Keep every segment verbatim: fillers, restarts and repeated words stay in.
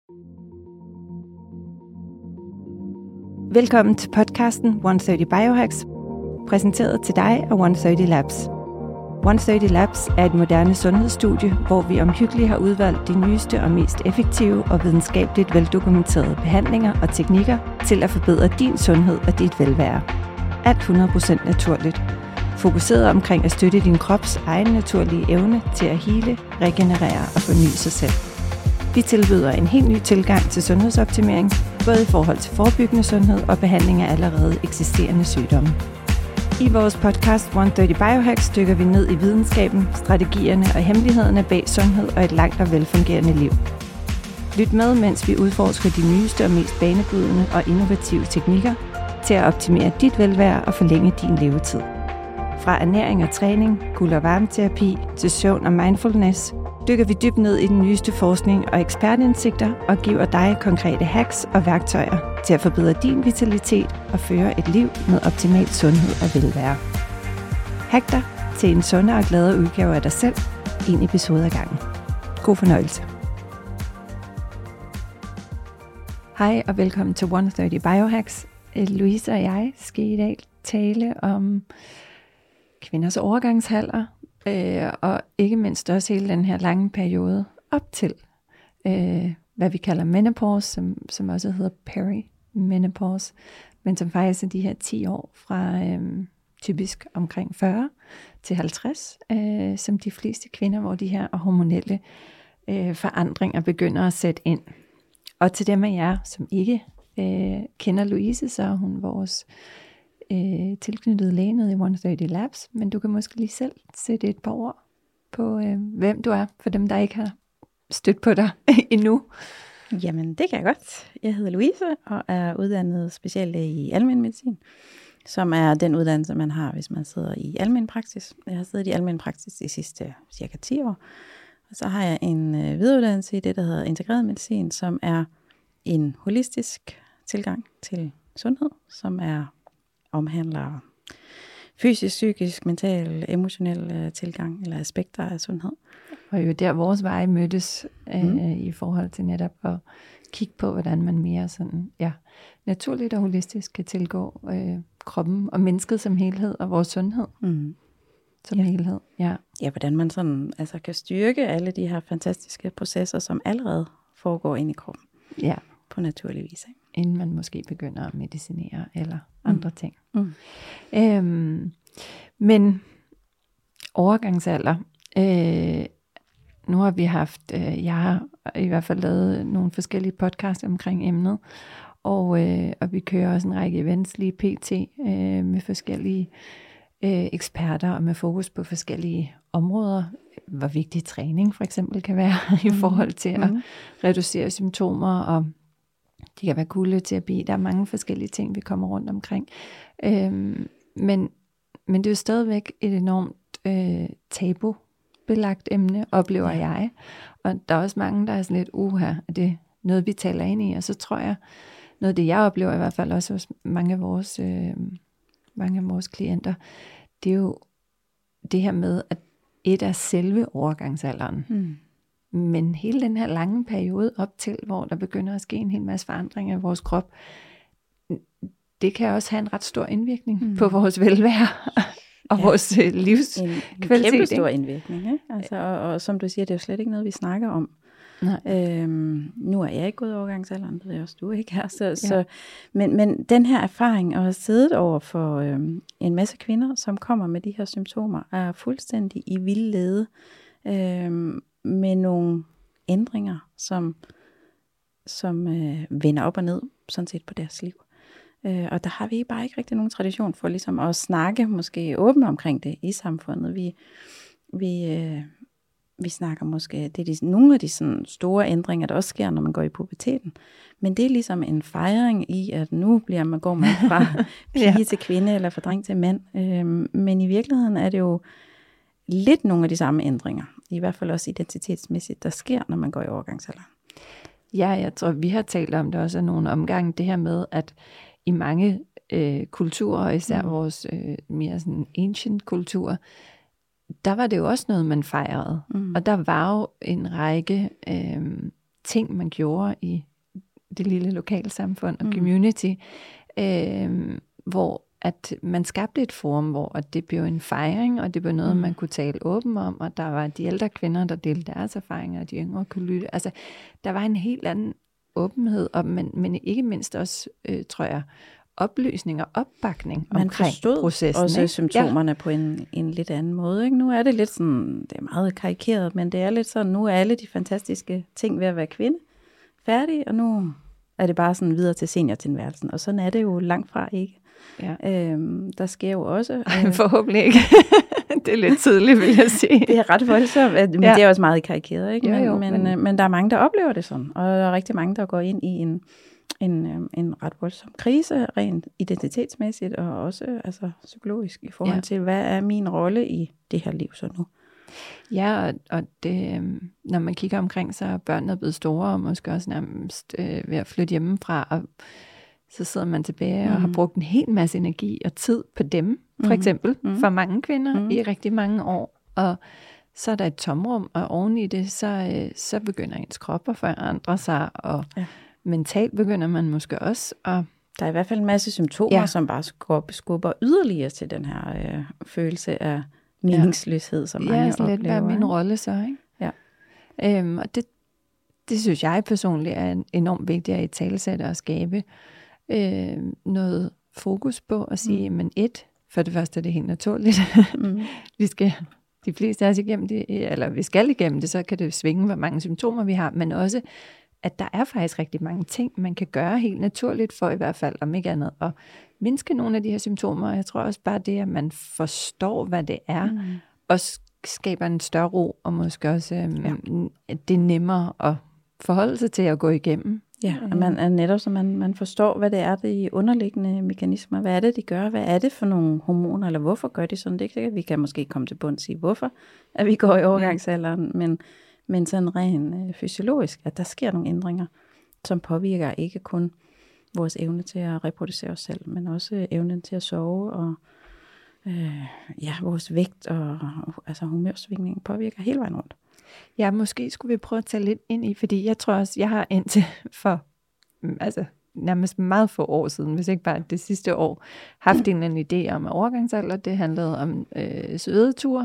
Velkommen til podcasten et hundrede og tredive Biohacks, præsenteret til dig af et hundrede og tredive Labs. et hundrede og tredive Labs er et moderne sundhedsstudie, hvor vi omhyggeligt har udvalgt de nyeste og mest effektive og videnskabeligt veldokumenterede behandlinger og teknikker til at forbedre din sundhed og dit velvære. Alt hundrede procent naturligt. Fokuseret omkring at støtte din krops egen naturlige evne til at hele, regenerere og forny sig selv. Vi tilbyder en helt ny tilgang til sundhedsoptimering, både i forhold til forebyggende sundhed og behandling af allerede eksisterende sygdomme. I vores podcast et hundrede og tredive Biohacks dykker vi ned i videnskaben, strategierne og hemmelighederne bag sundhed og et langt og velfungerende liv. Lyt med, mens vi udforsker de nyeste og mest banebrydende og innovative teknikker til at optimere dit velvære og forlænge din levetid. Fra ernæring og træning, kulde- og varmeterapi til søvn og mindfulness, dykker vi dybt ned i den nyeste forskning og ekspertindsigter og giver dig konkrete hacks og værktøjer til at forbedre din vitalitet og føre et liv med optimal sundhed og velvære. Hack dig til en sundere og gladere udgave af dig selv, en episode ad gangen. God fornøjelse. Hej og velkommen til et hundrede og tredive Biohacks. Louise og jeg skal i dag tale om kvinders overgangsalder, Øh, og ikke mindst også hele den her lange periode op til, øh, hvad vi kalder menopause, som, som også hedder perimenopause, men som faktisk er de her ti år fra øh, typisk omkring fyrre til halvtreds, øh, som de fleste kvinder, hvor de her hormonelle øh, forandringer begynder at sætte ind. Og til dem af jer, som ikke øh, kender Louise, så er hun vores Øh, tilknyttet læge nede i et hundrede og tredive Labs, men du kan måske lige selv sætte et par ord på, øh, hvem du er, for dem, der ikke har stødt på dig endnu. Jamen, det kan jeg godt. Jeg hedder Louise og er uddannet speciallæge i almen medicin, som er den uddannelse, man har, hvis man sidder i almen praksis. Jeg har siddet i almen praksis de sidste cirka ti år, og så har jeg en øh, videreuddannelse i det, der hedder integreret medicin, som er en holistisk tilgang til sundhed, som er omhandler fysisk, psykisk, mental, emotionel uh, tilgang eller aspekter af sundhed. Og jo der vores veje mødtes øh, mm. i forhold til netop at kigge på, hvordan man mere sådan, ja, naturligt og holistisk kan tilgå øh, kroppen og mennesket som helhed og vores sundhed mm. som ja. helhed. Ja. ja, hvordan man sådan altså kan styrke alle de her fantastiske processer, som allerede foregår inde i kroppen. Ja. På naturlig vis. Ikke? Inden man måske begynder at medicinere eller andre mm. ting. Mm. Øhm, men overgangsalder. Øh, nu har vi haft, øh, jeg har i hvert fald lavet nogle forskellige podcasts omkring emnet, og, øh, og vi kører også en række events lige pt. Øh, med forskellige øh, eksperter og med fokus på forskellige områder. Hvor vigtig træning for eksempel kan være mm. i forhold til at mm. reducere symptomer, og det kan være kuldeterapi. Der er mange forskellige ting, vi kommer rundt omkring. Øhm, men, men det er jo stadigvæk et enormt øh, tabubelagt emne, oplever ja. jeg. Og der er også mange, der er sådan lidt, uha, er det noget, vi taler ind i? Og så tror jeg, noget af det, jeg oplever i hvert fald også hos mange af vores, øh, mange af vores klienter, det er jo det her med, at et er selve overgangsalderen. Mm. Men hele den her lange periode op til, hvor der begynder at ske en hel masse forandringer i vores krop, det kan også have en ret stor indvirkning mm. på vores velvære og ja. vores livskvalitet. En, en kæmpe stor indvirkning. Ikke? Altså, og, og som du siger, det er jo slet ikke noget, vi snakker om. Øhm, nu er jeg ikke gået i overgangsalderen, det er også du ikke her. Så, ja. så, men, men den her erfaring at have siddet over for øhm, en masse kvinder, som kommer med de her symptomer, er fuldstændig i vildlede. Øhm, med nogle ændringer, som, som øh, vender op og ned, sådan set på deres liv. Øh, og der har vi bare ikke rigtig nogen tradition for ligesom at snakke måske åbent omkring det i samfundet. Vi, vi, øh, vi snakker måske, det er de, nogle af de sådan store ændringer, der også sker, når man går i puberteten. Men det er ligesom en fejring i, at nu bliver man, går man fra pige ja. til kvinde, eller fra dreng til mand. Øh, men i virkeligheden er det jo lidt nogle af de samme ændringer, i hvert fald også identitetsmæssigt, der sker, når man går i overgangsalderen. Ja, jeg tror, vi har talt om det også af nogle omgange, det her med, at i mange øh, kulturer, og især mm. vores øh, mere sådan ancient kultur, der var det jo også noget, man fejrede. Mm. Og der var jo en række øh, ting, man gjorde i det lille lokalsamfund og community, mm. øh, hvor at man skabte et forum, hvor at det blev en fejring, og det blev noget, mm. man kunne tale åbent om, og der var de ældre kvinder, der delte deres erfaringer, og de yngre kunne lytte. Altså, der var en helt anden åbenhed, og, men, men ikke mindst også, øh, tror jeg, oplysning og opbakning man omkring processen. Også ikke? symptomerne ja. på en, en lidt anden måde. Ikke? Nu er det lidt sådan, det er meget karikeret, men det er lidt sådan, nu er alle de fantastiske ting ved at være kvinde færdige, og nu er det bare sådan videre til seniortilværelsen. Og sådan er det jo langt fra ikke. Ja. Øhm, der sker jo også... Øh, Forhåbentlig ikke. Det er lidt tidligt, vil jeg sige. Det er ret voldsomt, men ja. det er også meget karikeret. Ikke? Jo, jo, men, men, men... men der er mange, der oplever det sådan, og der er rigtig mange, der går ind i en, en, en ret voldsom krise, rent identitetsmæssigt, og også altså, psykologisk, i forhold ja. til, hvad er min rolle i det her liv så nu? Ja, og, og det, når man kigger omkring, så er børnene blevet store, og måske også nærmest øh, ved at flytte hjemmefra, og så sidder man tilbage mm. og har brugt en hel masse energi og tid på dem, for mm. eksempel, mm. for mange kvinder mm. i rigtig mange år. Og så er der et tomrum, og oven i det, så, øh, så begynder ens krop at forandre sig, og ja. mentalt begynder man måske også at... Der er i hvert fald en masse symptomer, ja. som bare skubber, skubber yderligere til den her øh, følelse af meningsløshed, som mange ja, oplever. Ja, hvad er min rolle så, ikke? Ja. Øhm, og det, det synes jeg personligt er enormt vigtigt at italesætte og skabe øh, noget fokus på at sige, mm. men et, for det første er det helt naturligt. Mm. vi skal, de fleste af os igennem det, eller vi skal igennem det, så kan det svinge, hvor mange symptomer vi har, men også, at der er faktisk rigtig mange ting, man kan gøre helt naturligt for i hvert fald, om ikke andet, at mindske nogle af de her symptomer. Jeg tror også bare det, at man forstår, hvad det er, mm. og skaber en større ro, og måske også, øhm, ja. at det er nemmere at forholde sig til at gå igennem. Ja, og man er netop, så man, man forstår, hvad det er, de underliggende mekanismer. Hvad er det, de gør? Hvad er det for nogle hormoner, eller hvorfor gør de sådan? Det er ikke sikkert, vi kan måske komme til bunds i, hvorfor at vi går i overgangsalderen, men, men sådan rent øh, fysiologisk, at der sker nogle ændringer, som påvirker ikke kun vores evne til at reproducere os selv, men også evnen til at sove, og øh, ja, vores vægt og altså humørsvingning påvirker hele vejen rundt. Ja, måske skulle vi prøve at tage lidt ind i, fordi jeg tror også, jeg har indtil for altså, nærmest meget få år siden, hvis ikke bare det sidste år, haft en eller anden idé om overgangsalder. Det handlede om øh, svedeture,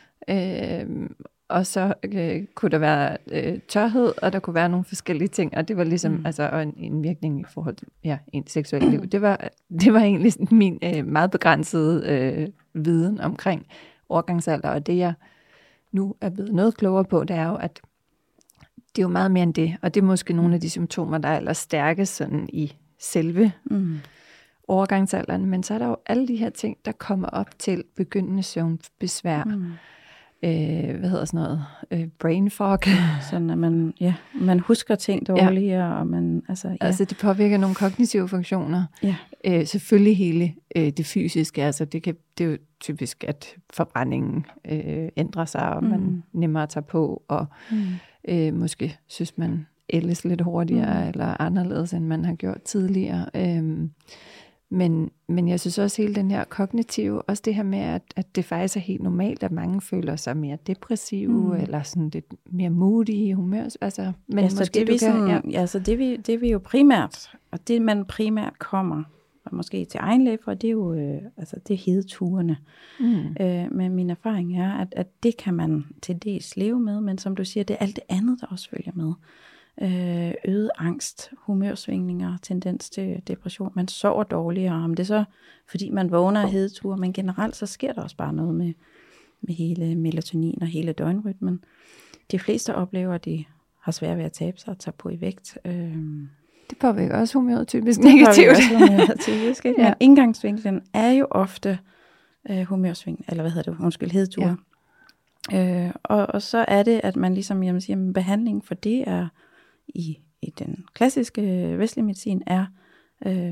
øh, og så øh, kunne der være øh, tørhed, og der kunne være nogle forskellige ting, og det var ligesom mm. altså, og en, en virkning i forhold til ja, en seksuelt liv. Det var, det var egentlig min øh, meget begrænsede øh, viden omkring overgangsalder, og det jeg nu er blevet noget klogere på, det er jo, at det er jo meget mere end det, og det er måske nogle af de symptomer, der er ellers stærkest sådan i selve mm. overgangsalderen, men så er der jo alle de her ting, der kommer op til begyndende søvnbesvær, mm. øh, hvad hedder sådan noget, øh, brain fog. Sådan at man, ja, man husker ting dårligere, ja. og man, altså, ja. altså det påvirker nogle kognitive funktioner. Ja. Øh, selvfølgelig hele øh, det fysiske, altså det, kan, det er jo typisk, at forbrændingen øh, ændrer sig, og mm. man nemmere tager på, og mm. øh, måske synes man ældes lidt hurtigere, mm. eller anderledes, end man har gjort tidligere. Øh, men, men jeg synes også hele den her kognitive, også det her med, at, at det faktisk er helt normalt, at mange føler sig mere depressive, mm. eller sådan lidt mere moody i humør. Altså, men ja, så måske det, du vi kan, sådan, ja. ja, så det vi, det vi jo primært, og det man primært kommer, og måske til egen læge for, det er jo øh, altså, det er hedeturene. Mm. Øh, men min erfaring er, at, at det kan man til dels leve med, men som du siger, det er alt det andet, der også følger med. Øh, øget angst, humørsvingninger, tendens til depression. Man sover dårligere, om det er så, fordi man vågner af hedeture, men generelt så sker der også bare noget med, med hele melatonin og hele døgnrytmen. De fleste oplever, at de har svært ved at tabe sig og tage på i vægt. Øh, Det påvirker også humøret typisk negativt. Det påvirker også humøret typisk, ikke? Ja. Men indgangsvinklen er jo ofte øh, humørsving, eller hvad hedder det, undskyld, hedeture. Ja. Øh, og, og så er det, at man ligesom jamen, siger, at behandlingen for det er i, i den klassiske vestlige medicin er, øh,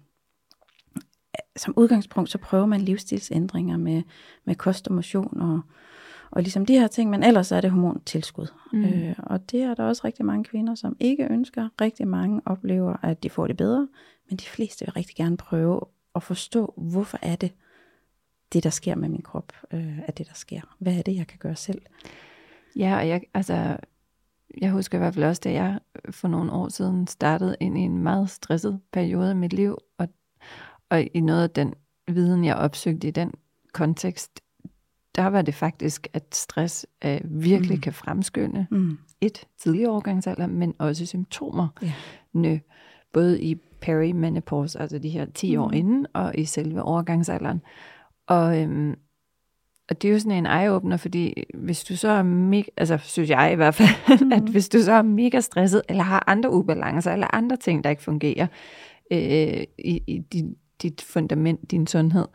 som udgangspunkt, så prøver man livsstilsændringer med, med kost og motion og, og ligesom de her ting, men ellers er det hormontilskud. Mm. Øh, og det er der også rigtig mange kvinder, som ikke ønsker. Rigtig mange oplever, at de får det bedre, men de fleste vil rigtig gerne prøve at forstå, hvorfor er det, det der sker med min krop, øh, er det der sker. Hvad er det, jeg kan gøre selv? Ja, og jeg, altså, jeg husker i hvert fald også, da jeg for nogle år siden startede ind i en meget stresset periode af mit liv, og, og i noget af den viden, jeg opsøgte i den kontekst, der var det faktisk, at stress øh, virkelig mm. kan fremskynde mm. et tidlig overgangsalder, men også symptomer. Ja. Nø, både i perimenopause, altså de her ti mm. år inden, og i selve overgangsalderen. Og, øhm, og det er jo sådan en eye-opener, fordi hvis du så er mega, altså synes jeg i hvert fald, mm. at hvis du så er mega stresset, eller har andre ubalancer, eller andre ting, der ikke fungerer øh, i, i din, dit fundament, din sundhed,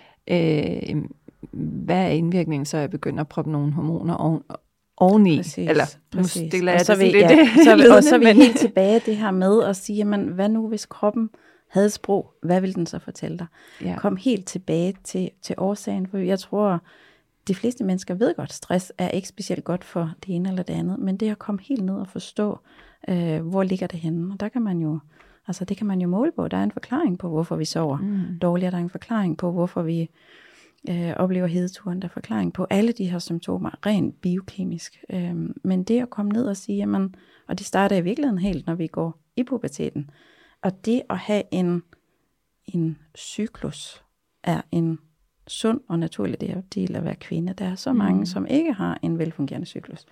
øh, hvad er indvirkningen, så jeg begynder at proppe nogle hormoner oven, oveni? Præcis, eller præcis. Nu stiller jeg og så det vi, lidt ja, så, ledende, og så er vi men... helt tilbage det her med at sige, jamen, hvad nu hvis kroppen havde sprog, hvad vil den så fortælle dig? Ja. Kom helt tilbage til, til årsagen, for jeg tror, de fleste mennesker ved godt, stress er ikke specielt godt for det ene eller det andet, men det at komme helt ned og forstå, øh, hvor ligger det henne, og der kan man jo, altså det kan man jo måle på, der er en forklaring på, hvorfor vi sover mm. dårligt, der er en forklaring på, hvorfor vi øh, oplever hedeturen, der er forklaring på alle de her symptomer, rent biokemisk, øh, men det at komme ned og sige, jamen, og det starter i virkeligheden helt, når vi går i puberteten, og det at have en, en cyklus er en sund og naturlig del af at være kvinde. Der er så mange, mm. som ikke har en velfungerende cyklus.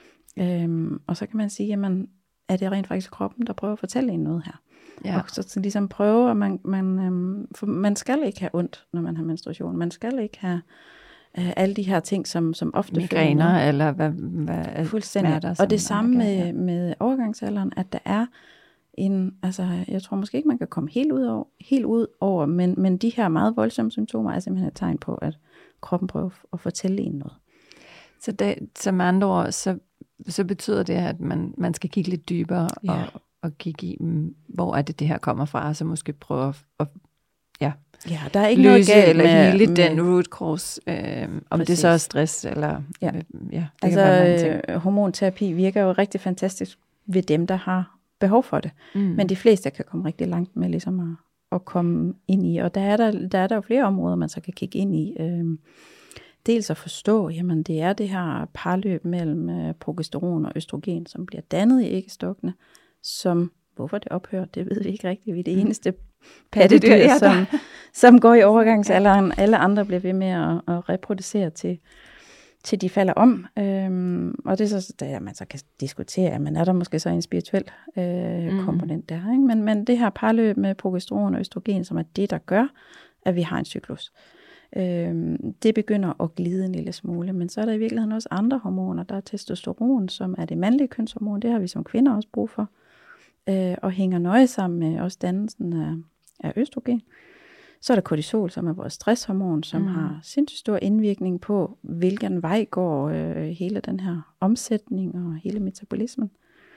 Øhm, og så kan man sige, jamen, er det rent faktisk kroppen, der prøver at fortælle en noget her? Ja. Og så, så ligesom prøve, at man, man, øhm, for man skal ikke have ondt, når man har menstruation. Man skal ikke have øh, alle de her ting, som, som ofte migræner, eller hvad, hvad fuldstændig. Smerter, og det samme med, med overgangsalderen, at der er en, altså, jeg tror måske ikke, man kan komme helt ud over, helt ud over men, men de her meget voldsomme symptomer er simpelthen et tegn på, at kroppen prøver at fortælle en noget. Så det, som andre ord, så, så betyder det, at man, man skal kigge lidt dybere ja. og, og kigge i, hvor er det, det her kommer fra, og så måske prøve at, at ja, ja, der er ikke løse noget galt eller med, hele med, den root cause, øh, om præcis. Det så er stress, eller ja. ja, det altså, kan være mange ting. Hormonterapi virker jo rigtig fantastisk ved dem, der har behov for det. Mm. Men de fleste kan komme rigtig langt med ligesom at, at komme ind i. Og der er der, der er der jo flere områder, man så kan kigge ind i. Øhm, dels at forstå, jamen det er det her parløb mellem øh, progesteron og østrogen, som bliver dannet i æggestokkene, som, hvorfor det ophører, det ved vi ikke rigtigt. Vi er det eneste pattedyr, ja, som, som går i overgangsalderen. Alle andre bliver ved med at, at reproducere til til de falder om, øhm, og det er så, der man så kan diskutere, men er der måske så en spirituel øh, mm. komponent der, ikke? Men, men det her parløb med progesteron og østrogen, som er det, der gør, at vi har en cyklus, øhm, det begynder at glide en lille smule, men så er der i virkeligheden også andre hormoner. Der er testosteron, som er det mandlige kønshormon, det har vi som kvinder også brug for, øh, og hænger nøje sammen med også dannelsen af, af østrogen. Så er der kortisol, som er vores stresshormon, som mm. har sindssygt stor indvirkning på, hvilken vej går øh, hele den her omsætning og hele metabolismen.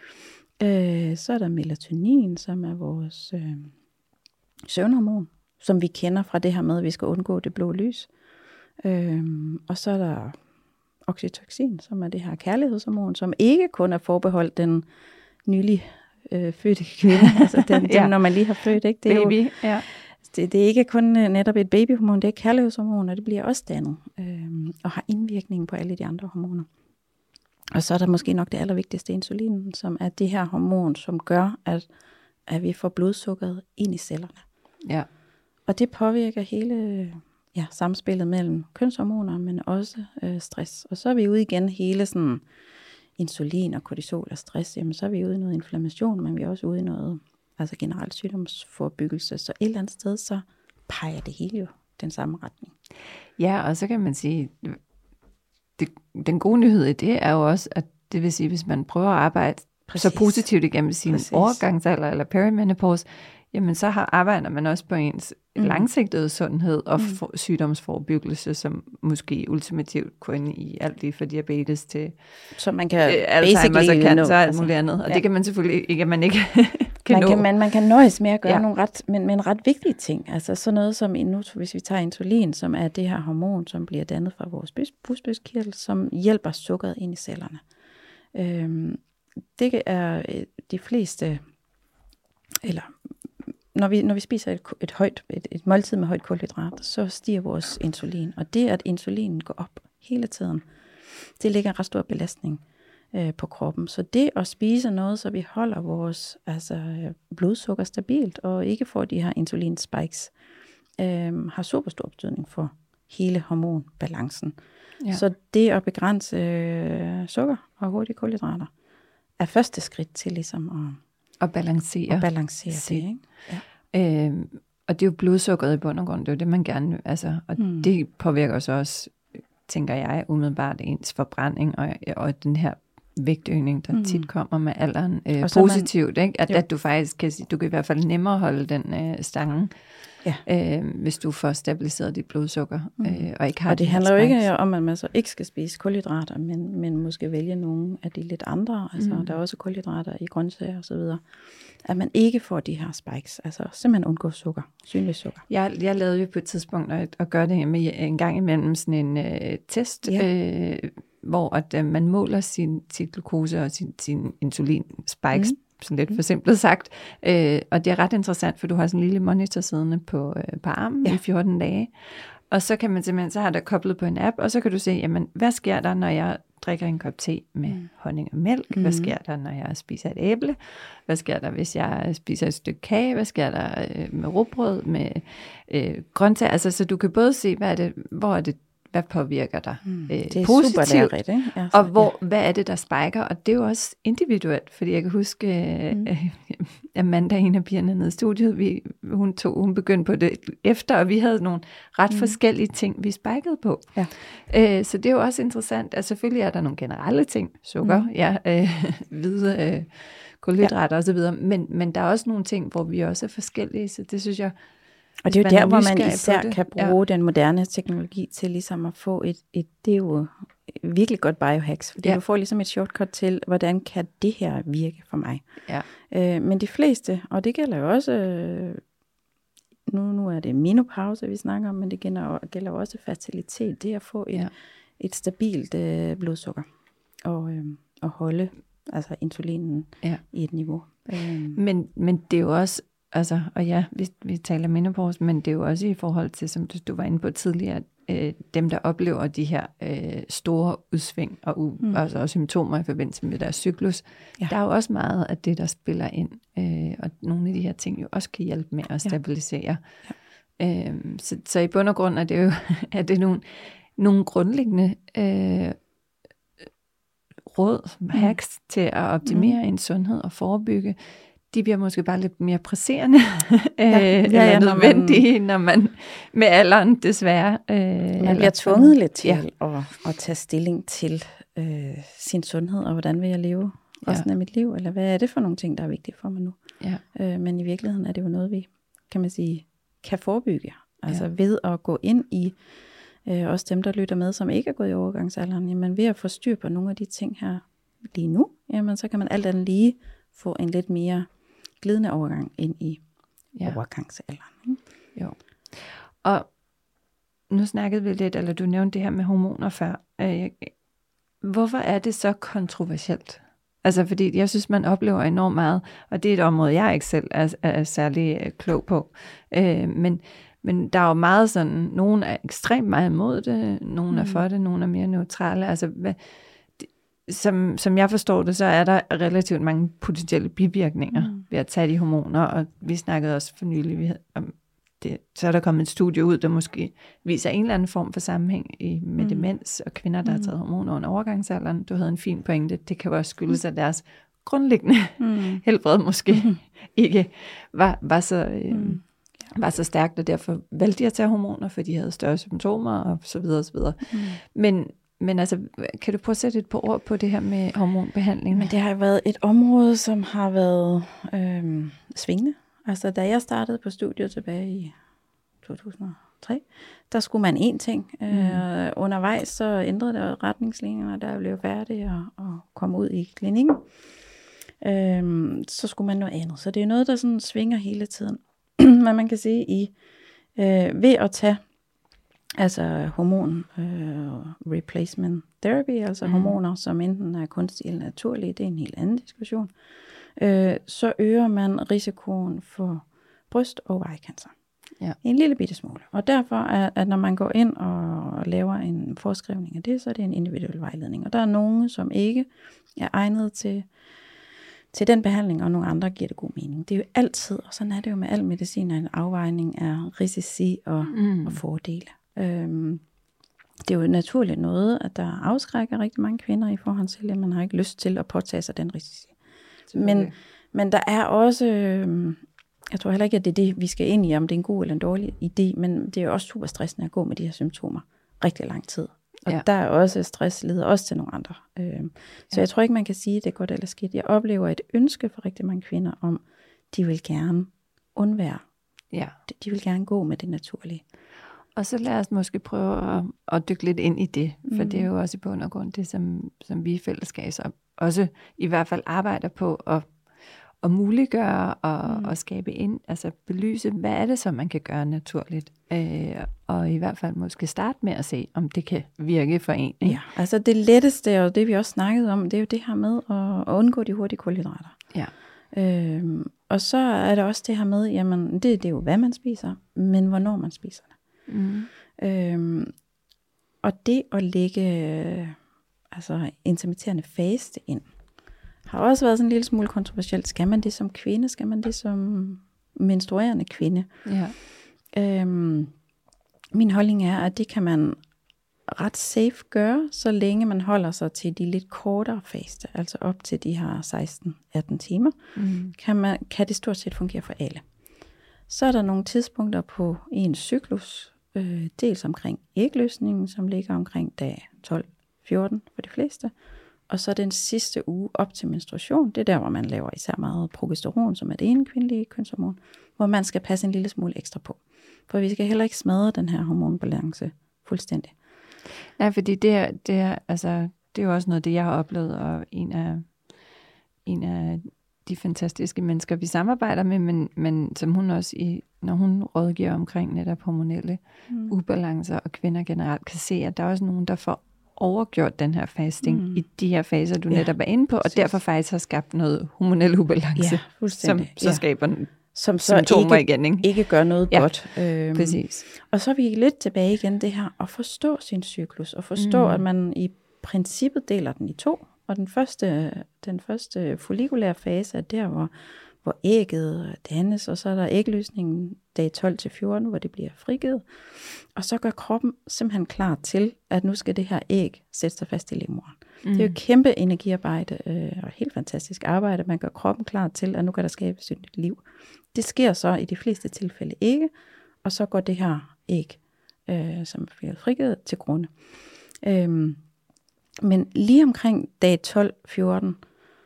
Øh, så er der melatonin, som er vores øh, søvnhormon, som vi kender fra det her med, at vi skal undgå det blå lys. Øh, og så er der oxytocin, som er det her kærlighedshormon, som ikke kun er forbeholdt den nylig øh, fødte kvinde, altså den, ja. den, når man lige har født, ikke? Det er baby, jo, ja. Det, det er ikke kun netop et babyhormon, det er kærlighedshormon, og det bliver også dannet, øh, og har indvirkning på alle de andre hormoner. Og så er der måske nok det allervigtigste, insulinen, som er det her hormon, som gør, at, at vi får blodsukkeret ind i cellerne. Ja. Og det påvirker hele ja, samspillet mellem kønshormoner, men også øh, stress. Og så er vi ude igen hele sådan insulin og kortisol og stress, jamen så er vi ude i noget inflammation, men vi er også ude i noget altså generelt sygdomsforebyggelse, så et eller andet sted, så peger det hele jo den samme retning. Ja, og så kan man sige, det, den gode nyhed i det er jo også, at det vil sige, hvis man prøver at arbejde Præcis. Så positivt igennem sin Præcis. Overgangsalder eller perimenopause, jamen så har, arbejder man også på ens mm. langsigtede sundhed og for, mm. sygdomsforebyggelse, som måske ultimativt kun i alt lige fra diabetes til så man kan øh, Alzheimer's og cancer og alt muligt andet. Og ja. Det kan man selvfølgelig ikke, at man ikke kan man nå. Kan, man, man kan nøjes med at gøre ja. nogle ret, men, men ret vigtige ting. Altså sådan noget som, nu, hvis vi tager insulin, som er det her hormon, som bliver dannet fra vores bugspytkirtel, som hjælper sukkeret ind i cellerne. Øhm, det er de fleste, eller når vi, når vi spiser et, et, højt, et, et måltid med højt kulhydrat, så stiger vores insulin. Og det, at insulinen går op hele tiden, det ligger en ret stor belastning øh, på kroppen. Så det at spise noget, så vi holder vores altså, blodsukker stabilt, og ikke får de her insulinspikes, øh, har super stor betydning for hele hormonbalancen. Ja. Så det at begrænse øh, sukker og hurtige kulhydrater er første skridt til ligesom at, at balancere, at balancere det. Ikke? Ja. Øh, og det er jo blodsukkeret i bund og grund, det er jo det, man gerne vil. Altså, og mm. det påvirker så også, tænker jeg, umiddelbart ens forbrænding og, og den her vægtøgning, der mm. tit kommer med alderen øh, positivt. Man, ikke? At, at du faktisk kan sige, du kan i hvert fald nemmere holde den øh, stange, ja. øh, hvis du får stabiliseret dit blodsukker. Mm. Øh, og ikke har og det handler jo ikke om, at man så ikke skal spise kulhydrater, men, men måske vælge nogle af de lidt andre. Altså, mm. der er også kulhydrater i grøntsager og så videre. At man ikke får de her spikes. Altså simpelthen undgå sukker, synlig sukker. Jeg, jeg lavede jo på et tidspunkt at, at gøre det med en gang imellem sådan en øh, test, ja. øh, hvor at, øh, man måler sin, sin glukose og sin, sin insulin spikes, mm. sådan lidt forsimplet sagt. Øh, og det er ret interessant, for du har sådan en lille monitor siddende på, øh, på armen ja. i fjorten dage. Og så kan man simpelthen, så har der koblet på en app, og så kan du se, jamen, hvad sker der, når jeg drikker en kop te med mm. honning og mælk? Mm. Hvad sker der, når jeg spiser et æble? Hvad sker der, hvis jeg spiser et stykke kage? Hvad sker der øh, med rugbrød, med øh, grøntsager? Altså, så du kan både se, hvad er det, hvor er det, hvad påvirker dig mm. øh, det er positivt, super lærerigt, ikke? Ja, og hvor, ja. hvad er det, der spiker? Og det er jo også individuelt, fordi jeg kan huske, mm. øh, Amanda, en af pigerne nede i studiet, vi, hun, tog, hun begyndte på det efter, og vi havde nogle ret mm. forskellige ting, vi spikede på. Ja. Øh, så det er jo også interessant, at selvfølgelig er der nogle generelle ting, sukker, mm. ja, øh, hvide øh, kulhydrater ja. osv., men, men der er også nogle ting, hvor vi også er forskellige, så det synes jeg. Og det er jo der, hvor man især kan bruge ja. den moderne teknologi til ligesom at få et, et det er jo virkelig godt biohacks, fordi ja. du får ligesom et shortcut til, hvordan kan det her virke for mig. Ja. Øh, men de fleste, og det gælder jo også, øh, nu, nu er det menopause, vi snakker om, men det gælder, gælder jo også fertilitet, det at få et, ja. et stabilt øh, blodsukker, og, øh, og holde altså insulinen ja. i et niveau. Øh. Men, men det er jo også, altså, og ja, vi, vi taler menopause, men det er jo også i forhold til, som du, du var inde på tidligere, øh, dem, der oplever de her øh, store udsving og, u, mm. altså, og symptomer i forbindelse med deres cyklus. Ja. Der er jo også meget af det, der spiller ind, øh, og nogle af de her ting jo også kan hjælpe med at stabilisere. Ja. Ja. Øh, så, så i bund og grund er det jo er det nogle, nogle grundlæggende øh, råd, hacks mm. til at optimere mm. en sundhed og forebygge. De bliver måske bare lidt mere presserende, ja, ja, eller ja, nødvendige, når man, når man med alderen desværre. Øh, man bliver tvunget lidt til ja. at, at tage stilling til øh, sin sundhed, og hvordan vil jeg leve resten ja. af mit liv, eller hvad er det for nogle ting, der er vigtige for mig nu. Ja. Øh, men i virkeligheden er det jo noget, vi kan man sige, kan forebygge. Altså ja. ved at gå ind i, øh, også dem, der lytter med, som ikke er gået i overgangsalderen, jamen ved at få styr på nogle af de ting her lige nu, jamen så kan man alt andet lige få en lidt mere glidende overgang ind i ja. overgangsalderen. Ikke? Jo. Og nu snakkede vi lidt, eller du nævnte det her med hormoner før. Øh, hvorfor er det så kontroversielt? Altså fordi jeg synes, man oplever enormt meget, og det er et område, jeg ikke selv er, er særlig øh, klog på. Øh, men, men der er jo meget sådan, nogen er ekstremt meget imod det, nogen mm. er for det, nogen er mere neutrale. Altså hvad Som, som jeg forstår det, så er der relativt mange potentielle bivirkninger mm. ved at tage de hormoner, og vi snakkede også for nylig vi havde, om det. Så er der kommet et studie ud, der måske viser en eller anden form for sammenhæng i, med mm. demens og kvinder, der mm. har taget hormoner under overgangsalderen. Du havde en fin pointe. Det kan jo også skyldes, at deres grundlæggende mm. helbred måske mm. ikke var, var, så, øh, mm. var så stærkt, og derfor valgte de at tage hormoner, for de havde større symptomer og så videre og så videre. Mm. Men Men altså, kan du prøve at sætte et par ord på det her med hormonbehandling? Men det har været et område, som har været øh, svingende. Altså, da jeg startede på studiet tilbage i to tusind og tre, der skulle man én ting. Mm. Øh, undervejs så ændrede det retningslinjerne, da jeg blev færdig og, og kom ud i klinikken. Øh, så skulle man noget andet. Så det er noget, der sådan svinger hele tiden. Men man kan sige, i øh, ved at tage altså hormon øh, replacement therapy, altså mm. hormoner, som enten er kunstige eller naturlige, det er en helt anden diskussion, øh, så øger man risikoen for bryst- og ovariekræfter. Ja. En lille bitte smule. Og derfor er, at når man går ind og laver en forskrivning af det, så er det en individuel vejledning. Og der er nogen, som ikke er egnet til, til den behandling, og nogle andre giver det god mening. Det er jo altid, og sådan er det jo med al medicin, en afvejning af risici og, mm. og fordele. Øhm, det er jo naturligt noget, at der afskrækker rigtig mange kvinder i forhold til, at man har ikke lyst til at påtage sig den risici. Men, men der er også... Øhm, Jeg tror heller ikke, at det er det, vi skal ind i, om det er en god eller en dårlig idé, men det er jo også super stressende at gå med de her symptomer rigtig lang tid. Og ja. Der er også stress, leder også til nogle andre. Øh, så ja. Jeg tror ikke, man kan sige, at det er godt eller skidt. Jeg oplever et ønske for rigtig mange kvinder om, de vil gerne undvære. Ja. De, de vil gerne gå med det naturlige. Og så lad os måske prøve at, at dykke lidt ind i det, for mm. det er jo også i bund og grund det, som, som vi i fællesskab også i hvert fald arbejder på at og muliggøre og, mm. og skabe ind, altså belyse, hvad er det, som man kan gøre naturligt, øh, og i hvert fald måske starte med at se, om det kan virke for en. Ikke? Ja, altså det letteste, og det vi også snakkede om, det er jo det her med at, at undgå de hurtige kulhydrater. Ja. Øhm, og så er der også det her med, jamen det, det er jo, hvad man spiser, men hvornår man spiser det. Mm. Øhm, og det at lægge altså intermitterende faste ind, har også været sådan en lille smule kontroversielt. Skal man det som kvinde? Skal man det som menstruerende kvinde? Ja. Øhm, min holdning er, at det kan man ret safe gøre, så længe man holder sig til de lidt kortere faste, altså op til de her seksten atten timer, mm. kan, man, kan det stort set fungere for alle. Så er der nogle tidspunkter på en cyklus, øh, dels omkring ægløsningen, som ligger omkring dag tolv fjorten for de fleste, og så den sidste uge op til menstruation, det er der, hvor man laver især meget progesteron, som er det ene kvindelige kønshormon, hvor man skal passe en lille smule ekstra på. For vi skal heller ikke smadre den her hormonbalance fuldstændig. Nej, fordi det er, det er, altså, det er jo også noget, det jeg har oplevet, og en af, en af de fantastiske mennesker, vi samarbejder med, men, men som hun også, i, når hun rådgiver omkring netop hormonelle mm. ubalancer, og kvinder generelt kan se, at der er også nogen, der får overgjort den her fasting mm. i de her faser, du ja, netop er inde på, og derfor faktisk har skabt noget hormonel ubalance, ja, som så ja. skaber som så symptomer ikke, igen, ikke? ikke gør noget ja, godt. Øhm, præcis. Og så er vi lidt tilbage igen det her, at forstå sin cyklus, og forstå, mm. at man i princippet deler den i to, og den første, den første follikulære fase er der, hvor, hvor ægget dannes, og så er der ægløsningen dag tolv til fjorten, hvor det bliver frigivet. Og så gør kroppen simpelthen klar til, at nu skal det her æg sætte sig fast i livmoderen. Mm. Det er jo et kæmpe energiarbejde, øh, og helt fantastisk arbejde. Man gør kroppen klar til, at nu kan der skabes et nyt liv. Det sker så i de fleste tilfælde ikke, og så går det her æg, øh, som bliver frigivet, til grunde. Øhm, men lige omkring dag tolv fjorten,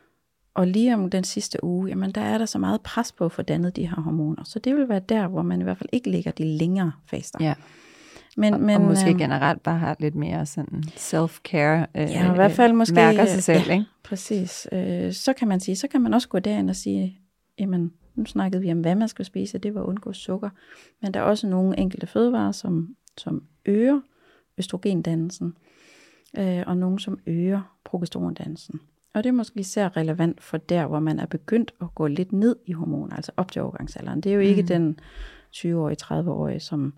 og lige om den sidste uge, jamen der er der så meget pres på at få dannet de her hormoner. Så det vil være der, hvor man i hvert fald ikke ligger de længere faster. Ja. Men, og, men, og måske øh, generelt bare har lidt mere sådan self-care, øh, ja, i hvert fald måske, mærker sig selv, ja, ikke? Præcis. Øh, så kan man sige, så kan man også gå derind og sige, jamen nu snakkede vi om, hvad man skal spise, det var at undgå sukker. Men der er også nogle enkelte fødevarer, som, som øger østrogendannelsen, øh, og nogle, som øger progesterondannelsen. Og det er måske især relevant for der, hvor man er begyndt at gå lidt ned i hormoner, altså op til overgangsalderen. Det er jo ikke mm. den tyve-årige, tredive-årige, som,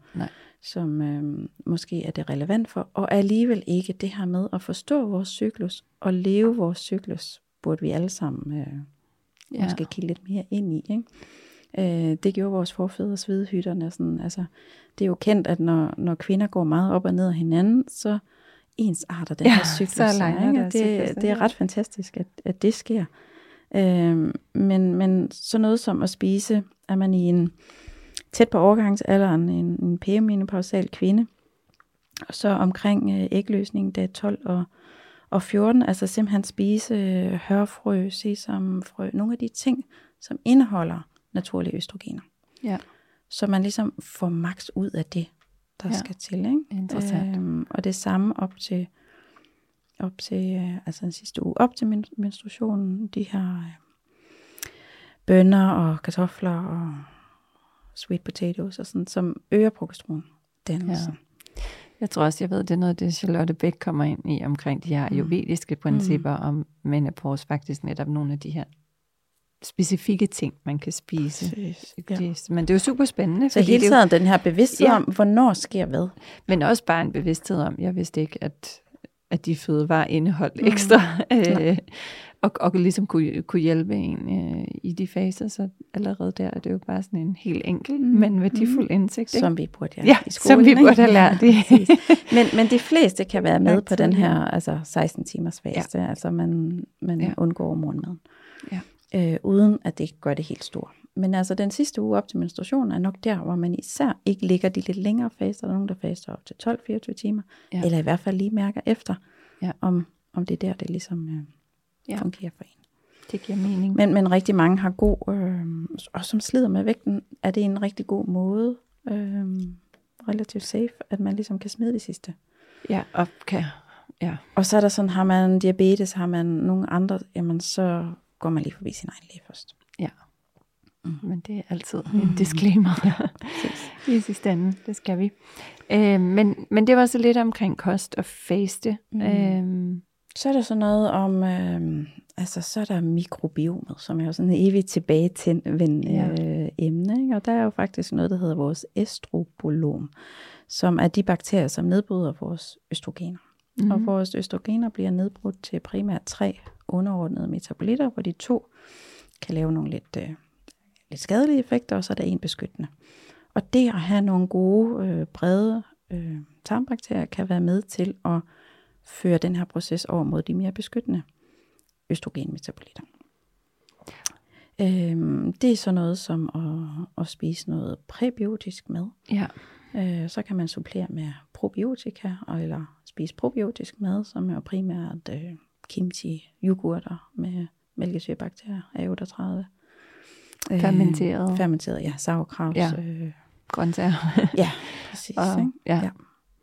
som øh, måske er det relevant for, og alligevel ikke det her med at forstå vores cyklus og leve vores cyklus, burde vi alle sammen øh, ja. måske kigge lidt mere ind i. Ikke? Øh, det gjorde vores forfædre svedhytterne. Sådan, altså, det er jo kendt, at når, når kvinder går meget op og ned af hinanden, så ensarter den ja, her cyklus. Så langt, det, det, det er ret fantastisk, at, at det sker. Øh, men, men sådan noget som at spise, er man i en tæt på overgangsalderen, en, en perimenopausal kvinde, og så omkring øh, ægløsning dag tolv og, og fjorten, altså simpelthen spise øh, hørfrø, sesamfrø, nogle af de ting, som indeholder naturlige østrogener. Ja. Så man ligesom får maks ud af det, der ja. skal til. Ikke? Interessant. Øhm, og det samme op til, op til øh, altså den sidste uge, op til men- menstruationen, de her øh, bønner og kartofler og sweet potatoes, og sådan, som øger progesterondannelsen. Ja. Jeg tror også, jeg ved, det er noget, det Charlotte Bæk kommer ind i omkring de her ayurvediske mm. principper mm. om menopause, faktisk netop nogle af de her specifikke ting, man kan spise. Præcis, ja. det, men det er jo super spændende. Så hele tiden den her bevidsthed ja. om, hvornår sker hvad. Men også bare en bevidsthed om, jeg vidste ikke, at, at de fødevarer indeholdt ekstra, mm. øh, og, og ligesom kunne, kunne hjælpe en øh, i de faser, så allerede der er det jo bare sådan en helt enkel, mm. men værdifuld mm. indsigt. Som vi burde have ja, i skolen. som vi burde have lært. Ja, men, men de fleste kan være med på den her altså seksten timers faste, ja. altså man, man ja. undgår morgenmaden. Ja. Øh, uden at det gør det helt stort. Men altså den sidste uge op til menstruation er nok der, hvor man især ikke ligger de lidt længere faster. Der er nogen, der faster op til tolv til fireogtyve timer. Ja. Eller i hvert fald lige mærker efter, ja. om, om det er der, det ligesom øh, ja. fungerer for en. Det giver mening. Men, men rigtig mange har god, øh, og som slider med vægten, er det en rigtig god måde, øh, relativt safe, at man ligesom kan smide det sidste. Ja, og kan. Ja. Og så er der sådan, har man diabetes, har man nogle andre, jamen så går man lige forbi sin egen læge først. Ja. Mm. Men det er altid mm. en disclaimer i sidste ende, det skal vi. Øh, men, men det var så lidt omkring kost og faste. Mm. Øh, så er der så noget om, øh, altså så er der mikrobiomet, som er jo sådan en evigt tilbage til ja. øh, emne, ikke? Og der er jo faktisk noget, der hedder vores estrobolom, som er de bakterier, som nedbryder vores østrogener. Mm. Og vores østrogener bliver nedbrudt til primært tre underordnede metabolitter, hvor de to kan lave nogle lidt, øh, lidt skadelige effekter, og så er der en beskyttende. Og det at have nogle gode, øh, brede øh, tarmbakterier kan være med til at føre den her proces over mod de mere beskyttende østrogenmetabolitter. Øhm, det er så noget som at, at spise noget præbiotisk mad. Ja. Øh, så kan man supplere med probiotika, eller spise probiotisk mad, som er primært øh, kimchi, yoghurter med mælkesyrebakterier A otteogtredive. Fermenteret. Øh, fermenteret, ja. Sauerkraut. Ja. Øh, grøntsager. ja, præcis. Og, ikke? Ja.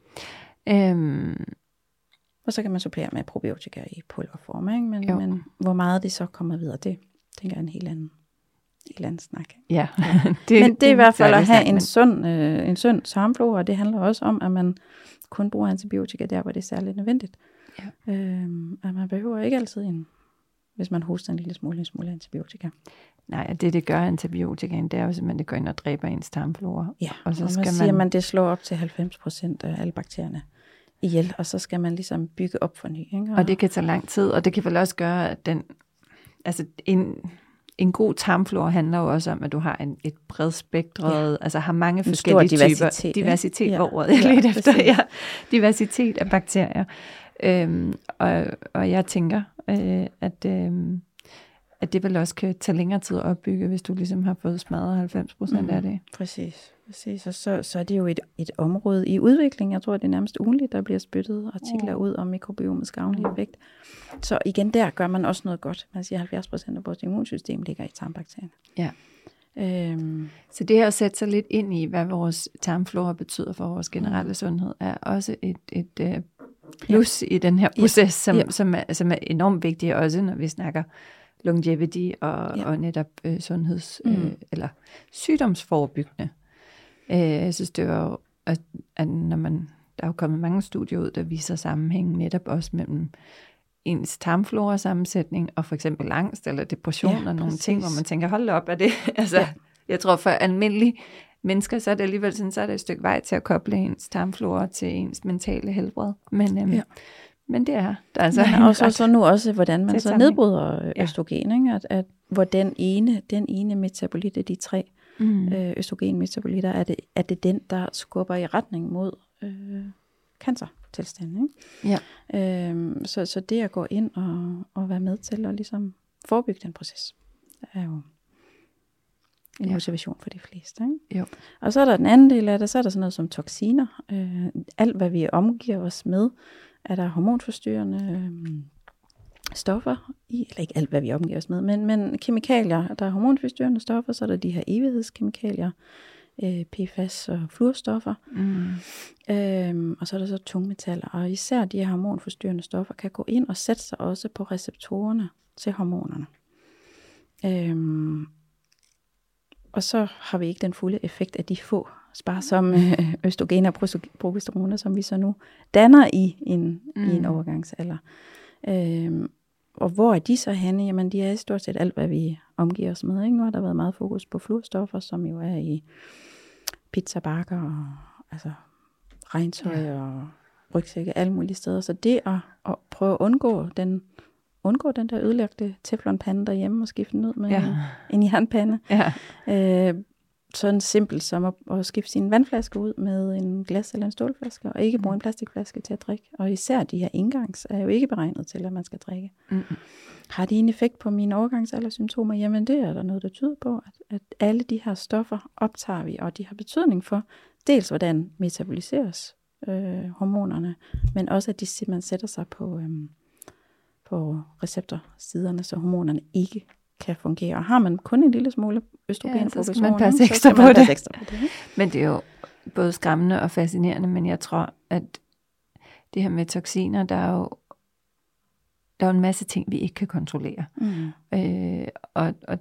Ja. Øhm. Og så kan man supplere med probiotika i pulverform, ikke? Men, men hvor meget det så kommer videre, det tænker jeg er en helt anden, helt anden snak. Ja. det, men det er i hvert fald at have en sund, øh, en sund tarmflora, og det handler også om, at man kun bruger antibiotika der, hvor det er særligt nødvendigt. Ja. Øhm, at man behøver ikke altid en, hvis man hoster en lille smule, en smule antibiotika. Nej, det det gør antibiotikaen, det er jo simpelthen, det går ind og dræber ens tarmflora. Ja, og så og skal man siger, man, det slår op til halvfems procent af alle bakterierne ihjel, og så skal man ligesom bygge op for ny. Ikke? Og, og det kan tage lang tid, og det kan vel også gøre, at den, altså en, en god tarmflora handler jo også om, at du har en, et bredspektret, ja. altså har mange forskellige diversitet, typer, diversitet ja. over ordet, ja, lidt efter, ja, diversitet af bakterier. Øhm, og, og jeg tænker, øh, at, øh, at det vel også kan tage længere tid at opbygge, hvis du ligesom har fået smadret halvfems procent mm, af det. Præcis. Præcis. Og så, så er det jo et, et område i udvikling. Jeg tror, det er nærmest ugenligt, der bliver spyttet artikler mm. ud om mikrobiomets gavnlige effekt. Så igen der gør man også noget godt. Man siger, at halvfjerds procent af vores immunsystem ligger i tarmbakterierne. Ja. Øhm. Så det her at sætte sig lidt ind i, hvad vores tarmflora betyder for vores generelle sundhed, er også et, et uh, plus ja. i den her proces, ja. Som, ja. Som, er, som er enormt vigtig også, når vi snakker longevity og, ja. og netop øh, sundheds- mm. øh, eller sygdomsforebyggende. Øh, jeg synes, det var jo, at, at når man, der er jo kommet mange studier ud, der viser sammenhængen netop også mellem ens tarmflora-sammensætning og for eksempel angst eller depression ja, og nogle præcis. ting, hvor man tænker, hold op, er det? altså, ja. Jeg tror for almindelige mennesker, så er det alligevel sådan, så er det et stykke vej til at koble ens tarmflora til ens mentale helbred. Men, øhm, ja. men det er der altså. Ja, og så, så nu også, hvordan man så nedbryder østrogen, ikke? At, at hvor den ene, den ene metabolit af de tre mm. øh, østrogenmetabolitter, er det, er det den, der skubber i retning mod øh, cancertilstanden. Ikke? Ja. Øhm, så, så det at gå ind og, og være med til at ligesom forebygge den proces, er jo en ja. motivation for de fleste. Ikke? Jo. Og så er der den anden del af det, så er der sådan noget som toksiner. Øh, alt hvad vi omgiver os med, er der hormonforstyrrende øh, stoffer i, eller ikke alt hvad vi omgiver os med, men, men kemikalier, der er hormonforstyrrende stoffer, så er der de her evighedskemikalier, øh, P F A S og fluorstoffer, mm. øhm, og så er der så tungmetaller, og især de her hormonforstyrrende stoffer kan gå ind og sætte sig også på receptorerne til hormonerne. Øhm, og så har vi ikke den fulde effekt af de få sparsomme østrogener og progesteroner, som vi så nu danner i en, mm. i en overgangsalder. Øhm, og hvor er de så henne? Jamen, de er i stort set alt, hvad vi omgiver os med. Ikke? Nu har der været meget fokus på fluorstoffer, som jo er i pizzabakker og altså, regntøj ja. og rygsække, alle mulige steder. Så det at, at prøve at undgå den, undgå den der ødelagte teflonpande derhjemme og skifte den ud med ja. en, en jernpande. Ja. Øh, sådan simpelt som at, at skifte sin vandflaske ud med en glas eller en stålflaske, og ikke bruge en plastikflaske til at drikke. Og især de her engangs er jo ikke beregnet til, at man skal drikke. Mm-hmm. Har de en effekt på mine overgangsaldersymptomer? Jamen det er der noget, der tyder på, at, at alle de her stoffer optager vi, og de har betydning for dels, hvordan metaboliseres øh, hormonerne, men også, at de simpelthen sætter sig på, øhm, på receptorsiderne, så hormonerne ikke kan fungere. Og har man kun en lille smule østrogen, ja, så skal man passe ekstra på det. Ekstra på det. Men det er jo både skræmmende og fascinerende, men jeg tror, at det her med toksiner, der er jo der er en masse ting, vi ikke kan kontrollere. Mm. Øh, og, og,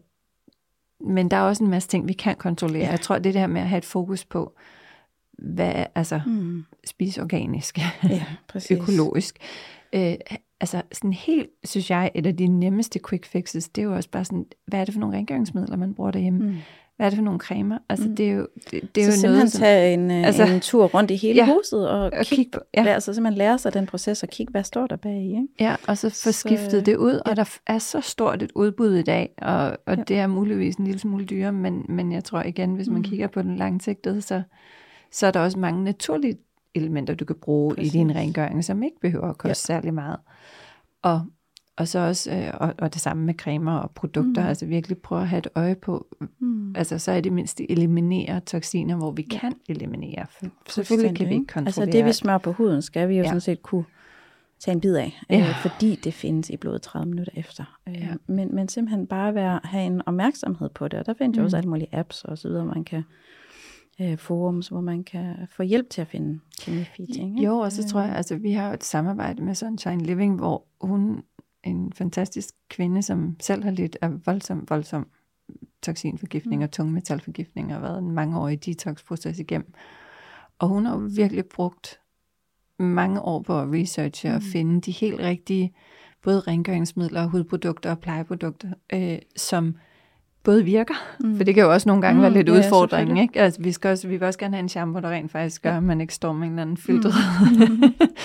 men der er også en masse ting, vi kan kontrollere. Ja. Jeg tror, det der med at have et fokus på, hvad altså mm. spise organisk, ja, økologisk. Øh, altså sådan helt, synes jeg, et af de nemmeste quick fixes, det er jo også bare sådan, hvad er det for nogle rengøringsmidler, man bruger derhjemme? Mm. Hvad er det for nogle cremer? Altså, det er jo, det, det er så jo noget, som... tage en, altså, en tur rundt i hele ja, huset, og, og kigge på, ja. altså simpelthen lære sig den proces, og kigge, hvad står der bag i, ikke? Ja, og så få skiftet det ud, ja. Og der er så stort et udbud i dag, og, og ja. det er muligvis en lille smule dyre, men, men jeg tror igen, hvis man mm. kigger på den langsigtede, så, så er der også mange naturlige elementer, du kan bruge Præcis. i din rengøring, som ikke behøver at koste ja. særlig meget. Og Og så også, øh, og, og det samme med cremer og produkter, mm. altså virkelig prøve at have et øje på, mm. altså så er det mindst at eliminere toksiner, hvor vi ja. kan eliminere. For selvfølgelig kan vi ikke kontrollere. Altså det vi smører på huden, skal vi jo ja. sådan set kunne tage en bid af, ja. øh, fordi det findes i blodet tredive minutter efter. Øh, ja. men, men simpelthen bare være, have en opmærksomhed på det, og der findes mm. jo også alle mulige apps og så videre, man kan øh, forums, hvor man kan få hjælp til at finde kemifri ting. Jo, og så tror jeg, altså vi har et samarbejde med Sunshine Living, hvor hun en fantastisk kvinde, som selv har lidt af voldsom, voldsom toksinforgiftning mm. og tungmetalforgiftning, og har været en mangeårig detox-proces igennem. Og hun har jo virkelig brugt mange år på at researche mm. og finde de helt rigtige, både rengøringsmidler, hudprodukter og plejeprodukter, øh, som både virker, mm. for det kan jo også nogle gange mm, være lidt ja, udfordring, ikke? Altså, vi, skal også, vi vil også gerne have en shampoo, der rent faktisk gør, ja. man ikke står med en eller anden filtret mm.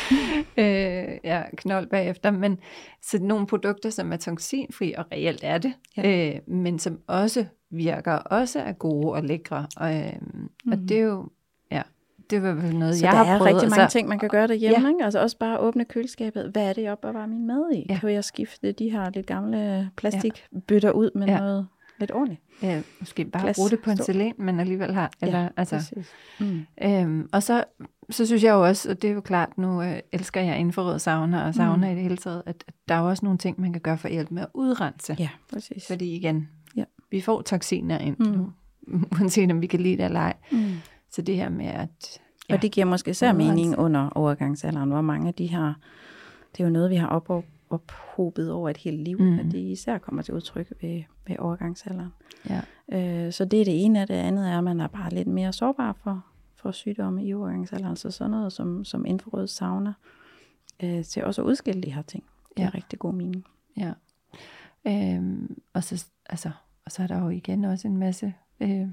øh, ja, knold bagefter. Men så nogle produkter, som er toksinfri, og reelt er det, ja. øh, men som også virker, også er gode og lækre. Og, øh, mm. og det er jo, ja, det var vel noget, så jeg har prøvet. Så der er rigtig mange altså, ting, man kan gøre derhjemme, ja. ikke? Altså også bare åbne køleskabet. Hvad er det, jeg opbevarer min mad i? Ja. Kan jeg skifte de her lidt gamle plastikbøtter ud med ja. noget lidt ordentligt. Ja, måske bare Plads, bruge det på en salat, men alligevel har. Eller, ja, altså, mm. øhm, og så, så synes jeg jo også, og det er jo klart, nu øh, elsker jeg infrarød sauna og sauna mm. i det hele taget, at, at der er også nogle ting, man kan gøre for at hjælpe med at udrense. Ja, præcis. Fordi igen, ja. vi får toksiner ind mm. nu, uanset om vi kan lide det eller ej. Mm. Så det her med at... Ja, og det giver måske især mening under overgangsalderen, hvor mange af de her, det er jo noget, vi har op ophobet over et helt liv, mm. at det især kommer til udtryk ved, ved overgangsalderen. Ja. Øh, så det er det ene, og det andet er, at man er bare lidt mere sårbar for, for sygdomme i overgangsalderen, så sådan noget som, som infrarød sauna, øh, til også at udskille de her ting. Det er ja. rigtig god mening. Ja. Øhm, og, så, altså, og så er der jo igen også en masse øh,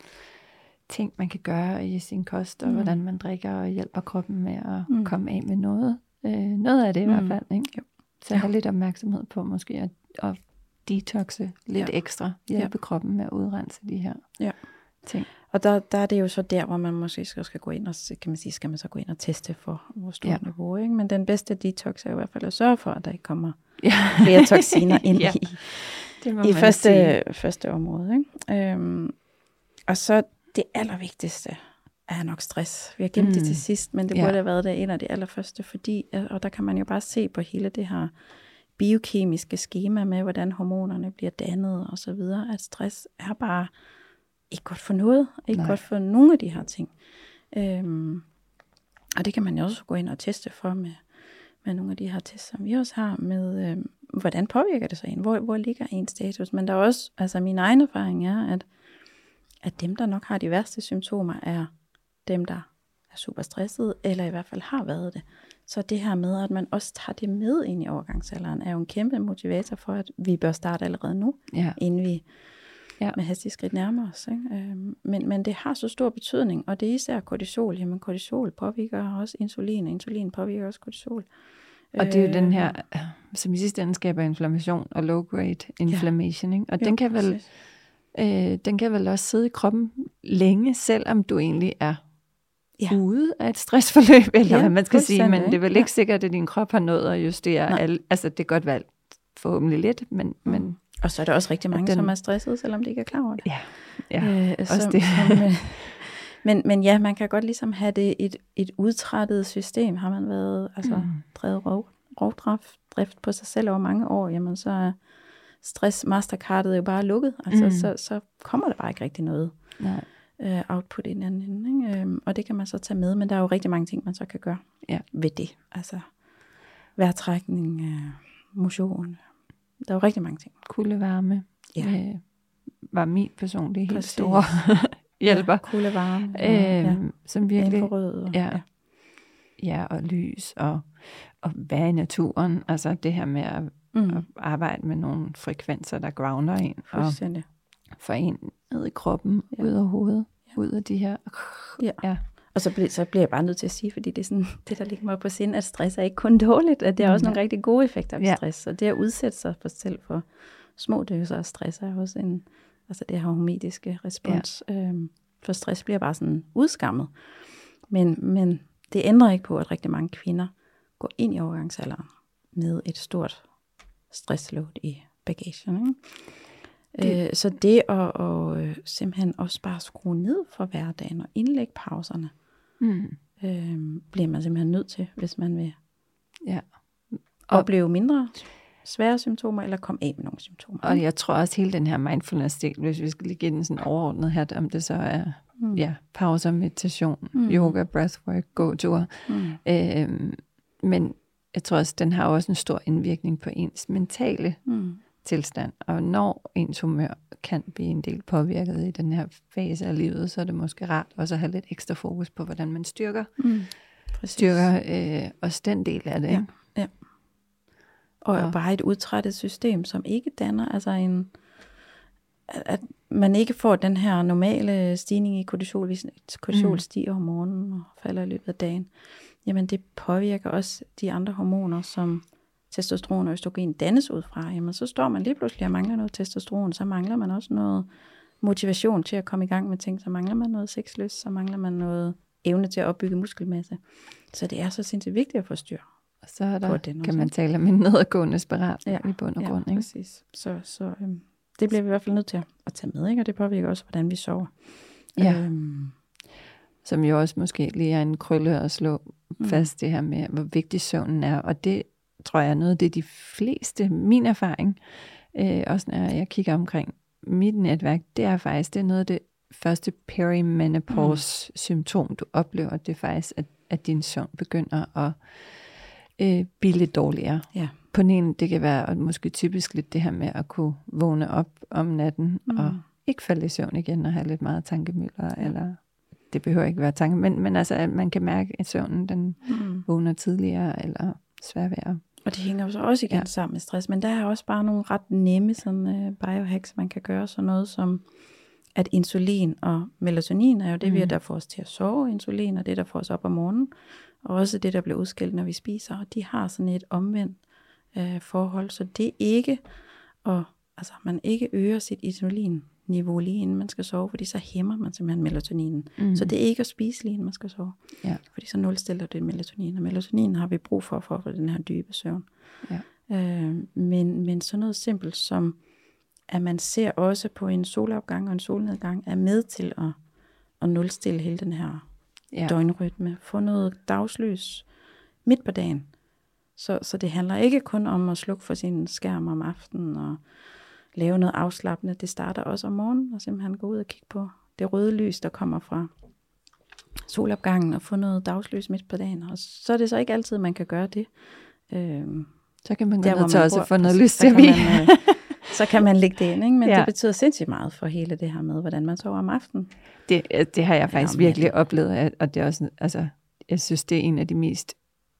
ting, man kan gøre i sin kost, og mm. hvordan man drikker og hjælper kroppen med at mm. komme af med noget. Øh, noget af det i mm. hvert fald, ikke? Jo. Så jeg har lidt opmærksomhed på måske at, at detoxe lidt ja. ekstra, hjælpe ja. kroppen med at udrense de her ja. ting. Og der, der er det jo så der, hvor man måske skal, skal gå ind og, kan man sige, skal man så gå ind og teste for hvor stort ja. niveau, ikke? Men den bedste detox er i hvert fald at sørge for, at der ikke kommer ja. flere toksiner ind ja. i, i første, første område, ikke? Øhm, og så det allervigtigste er nok stress. Vi har gemt mm. det til sidst, men det ja. burde have været det en af de allerførste, fordi, og der kan man jo bare se på hele det her biokemiske skema med, hvordan hormonerne bliver dannet og så videre, at stress er bare ikke godt for noget, ikke Nej. godt for nogen af de her ting. Øhm, og det kan man jo også gå ind og teste for med, med nogle af de her tests, som vi også har, med øhm, hvordan påvirker det så en? Hvor, hvor ligger en status? Men der er også, altså min egen erfaring er, at, at dem, der nok har de værste symptomer, er dem, der er super stressede, eller i hvert fald har været det. Så det her med, at man også tager det med ind i overgangsalderen, er jo en kæmpe motivator for, at vi bør starte allerede nu, ja. inden vi ja. med hastige skridt nærmer os. Ikke? Øhm, men, men det har så stor betydning, og det er især kortisol. Jamen kortisol påvirker også insulin, og insulin påvirker også kortisol. Og det er jo den her, som i sidste ende skaber inflammation og low-grade inflammation. Ja. Ikke? Og jo, den, kan vel, øh, den kan vel også sidde i kroppen længe, selvom du egentlig er ja. ude af et stressforløb, eller ja, hvad man skal sige. Men det er vel ikke ja. sikkert, at din krop har nået at justere. Alle, altså det er godt valgt forhåbentlig lidt, men... Mm. men og så er der også rigtig mange, den, som er stresset, selvom de ikke er klar over det. Ja, ja øh, også som, det. Som, øh, men, men ja, man kan godt ligesom have det et, et udtrættet system. Har man været altså, mm. drevet rov, rovdrift drift på sig selv over mange år, jamen så er stress mastercardet jo bare lukket. Altså, mm. så, så kommer der bare ikke rigtig noget Nej. Øh, output i den anden ende. Ikke? Øhm, og det kan man så tage med, men der er jo rigtig mange ting, man så kan gøre ja. ved det. Altså vejrtrækning, øh, motion. Der er jo rigtig mange ting. Kuldevarme. Ja. Øh, var min personlige helt store hjælper. Ja, kuldevarme. Øh, ja. Som virkelig. Infrarød. Ja. ja. Ja, og lys og, og være i naturen. Altså det her med at, mm. at arbejde med nogle frekvenser, der grounder en. Og få en ned i kroppen, ja. ud af hovedet, ja. ud af de her. Ja. ja. Og så bliver, så bliver jeg bare nødt til at sige, fordi det er sådan, det, der ligger mig på sind, at stress er ikke kun dårligt, at det er også mm. nogle rigtig gode effekter af ja. stress. Og det at udsætte sig for selv for små døser af stress er også en, altså det her hormetiske respons. Ja. Øhm, for stress bliver bare sådan udskammet. Men, men det ændrer ikke på, at rigtig mange kvinder går ind i overgangsalderen med et stort stressload i bagagen. Ikke? Det. Øh, så det at, at simpelthen også bare skrue ned for hverdagen og indlægge pauserne, mm. øh, bliver man simpelthen nødt til, hvis man vil ja. opleve mindre svære symptomer, eller komme af med nogle symptomer. Og jeg tror også hele den her mindfulness-del, hvis vi skal lige give den sådan overordnet her, om det så er mm. ja, pauser, meditation, mm. yoga, breathwork, gåtur. Mm. Øh, men jeg tror også, den har også en stor indvirkning på ens mentale mm. tilstand. Og når ens humør kan blive en del påvirket i den her fase af livet, så er det måske rart også at have lidt ekstra fokus på, hvordan man styrker, mm. styrker øh, også den del af det. Ja, ja. Og, og bare et udtrættet system, som ikke danner, altså en, at man ikke får den her normale stigning i kortisol, hvis kortisol mm. stiger om morgenen og falder i løbet af dagen. Jamen det påvirker også de andre hormoner, som testosteron og østrogen dannes ud fra. Jamen så står man lige pludselig og mangler noget testosteron, så mangler man også noget motivation til at komme i gang med ting, så mangler man noget sexlyst, så mangler man noget evne til at opbygge muskelmasse. Så det er så sindssygt vigtigt at få styr. Og så er der, kan også man tale om en nedadgående spiral ja, i bund og ja, grund. Ikke? Præcis. Så, så øhm, det bliver vi i hvert fald nødt til at tage med, ikke? Og det påvirker også, hvordan vi sover. Ja. Øhm. Som jo også måske lige er en krølle at slå mm. fast det her med, hvor vigtig søvnen er. Og det tror jeg er noget af det, de fleste, min erfaring, øh, også når jeg kigger omkring mit netværk, det er faktisk, det er noget af det første perimenopause-symptom, mm. du oplever. Det er faktisk, at, at din søvn begynder at øh, blive lidt dårligere. Ja. På den ene, det kan være og måske typisk lidt det her med at kunne vågne op om natten, mm. og ikke falde i søvn igen, og have lidt meget tankemøller, ja. eller det behøver ikke være tanke, men, men altså, at man kan mærke, at søvnen, den mm. vågner tidligere, eller sværværre. Og det hænger jo så også igen ja. sammen med stress, men der er også bare nogle ret nemme sådan, uh, biohacks, man kan gøre, sådan noget som, at insulin og melatonin er jo det, mm. vi der får os til at sove, insulin og det, der får os op om morgenen, og også det, der bliver udskilt, når vi spiser, og de har sådan et omvendt uh, forhold, så det er ikke, og altså man ikke øger sit insulinniveau lige inden man skal sove, fordi så hæmmer man simpelthen melatoninen. Mm. Så det er ikke at spise lige inden man skal sove. Ja. Fordi så nulstiller det melatonin, og melatonin har vi brug for, for at få den her dybe søvn. Ja. Øh, men, men sådan noget simpelt som, at man ser også på en solopgang og en solnedgang, er med til at, at nulstille hele den her ja. døgnrytme. Få noget dagslys midt på dagen. Så, så det handler ikke kun om at slukke for sin skærm om aftenen og lave noget afslappende. Det starter også om morgenen, og simpelthen gå ud og kigge på det røde lys, der kommer fra solopgangen, og få noget dagslys midt på dagen. Og så er det så ikke altid, man kan gøre det. Øhm, så kan man gå der, ned til også at få noget lys til at øh, så kan man lægge det ind, ikke? Men ja. det betyder sindssygt meget for hele det her med, hvordan man sover om aftenen. Det, det har jeg faktisk ja, virkelig oplevet, og det er også, altså, jeg synes, det er en af de mest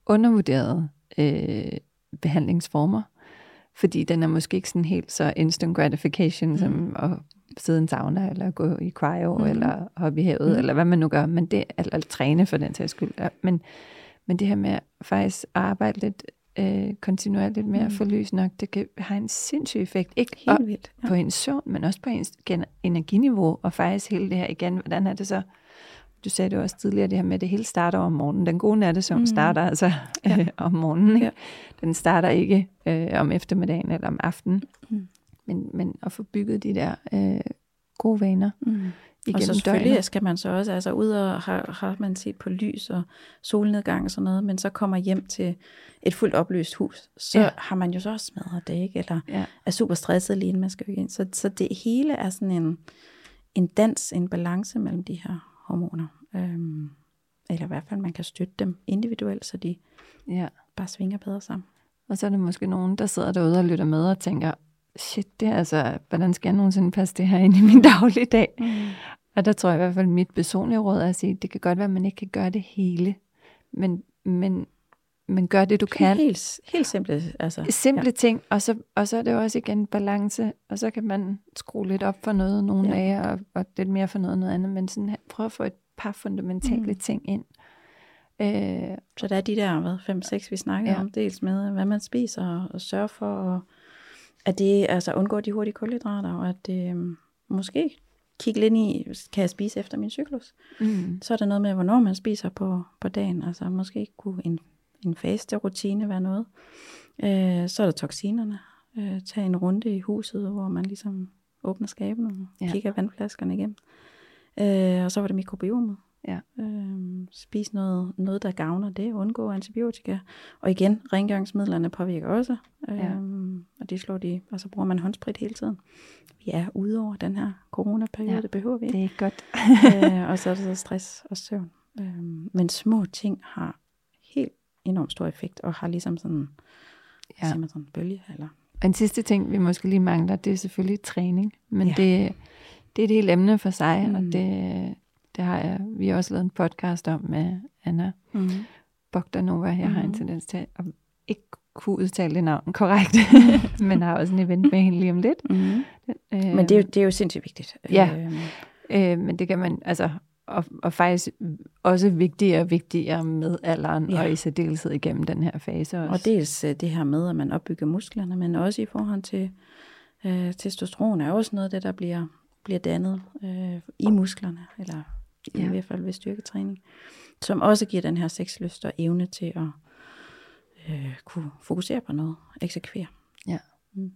undervurderede øh, behandlingsformer, fordi den er måske ikke sådan helt så instant gratification, mm. som at sidde i en sauna, eller gå i cryo, mm. eller hoppe i havet, mm. eller hvad man nu gør, men det, eller, eller træne for den sags skyld. Men, men det her med faktisk at arbejde lidt øh, kontinuerligt med mm. at få lys nok, det kan have en sindssyg effekt. Ikke helt vildt, ja. På ens søvn, men også på ens energiniveau, og faktisk hele det her igen, hvordan er det så? Du sagde det også tidligere, det her med, at det hele starter om morgenen. Den gode nattesøvn mm. starter altså ja. øh, om morgenen. Ikke? Ja. Den starter ikke øh, om eftermiddagen eller om aftenen. Mm. Men, men at få bygget de der øh, gode vaner mm. igennem og så selvfølgelig døgnet. Skal man så også, altså ud og har, har man set på lys og solnedgang og sådan noget, men så kommer hjem til et fuldt oplyst hus, så ja. Har man jo så også smadret det, ikke? Eller ja. Er super stresset lige inden man skal ind. Så, så det hele er sådan en, en dans, en balance mellem de her hormoner. Øhm, eller i hvert fald, man kan støtte dem individuelt, så de ja. Bare svinger bedre sammen. Og så er der måske nogen, der sidder derude og lytter med og tænker, shit, det er altså, hvordan skal jeg nogensinde passe det her ind i min dagligdag? Mm. Og der tror jeg i hvert fald, mit personlige råd er at sige, det kan godt være, at man ikke kan gøre det hele, men, men, men gør det, du kan. Helt, helt simple, altså. Simple ja. Ting, og så, og så er det jo også igen balance, og så kan man skrue lidt op for noget nogle ja. Dage, og, og lidt mere for noget, noget andet, men sådan, prøv at få et par fundamentale mm. ting ind. Øh, så der er de der, hvad, fem seks vi snakker ja. Om, dels med, hvad man spiser, og, og sørge for, at, at det, altså undgå de hurtige kulhydrater, og at det um, måske kigge lidt i, kan jeg spise efter min cyklus? Mm. Så er der noget med, hvornår man spiser på, på dagen, altså måske kunne en, en faste rutine være noget. Øh, så er der toksinerne. Øh, tag en runde i huset, hvor man ligesom åbner skabene og ja. Kigger vandflaskerne igennem. Øh, og så var det mikrobiomet. Ja. Øh, spis noget, noget, der gavner det. Undgå antibiotika. Og igen, rengøringsmidlerne påvirker også. Øh, ja. Og det slår de, og så bruger man håndsprit hele tiden. Vi er ude over den her coronaperiode, ja, det behøver vi ikke. Det er godt. øh, og så er det så stress og søvn. Øh, men små ting har helt enormt stor effekt, og har ligesom sådan, ja. Siger man sådan en bølge. Eller? En sidste ting, vi måske lige mangler, det er selvfølgelig træning. Men ja. det, det er et helt emne for sig, mm. og det, det har jeg, vi har også lavet en podcast om med Anna mm. Bogdanova. Jeg mm. har en tendens til at ikke kunne udtale det navn korrekt, men har også en event med hende lige om lidt. Mm. Den, øh, men det er, jo, det er jo sindssygt vigtigt. Ja, øh, men det kan man, altså, og, og faktisk også vigtigere og vigtigere med alderen, ja. Og i særdeleshed igennem den her fase også. Og dels det her med, at man opbygger musklerne, men også i forhold til øh, testosteron er også noget af det, der bliver, bliver dannet øh, i musklerne, eller ja. I hvert fald ved styrketræning, som også giver den her sexlyst og evne til at øh, kunne fokusere på noget, eksekvere. Ja. Mm.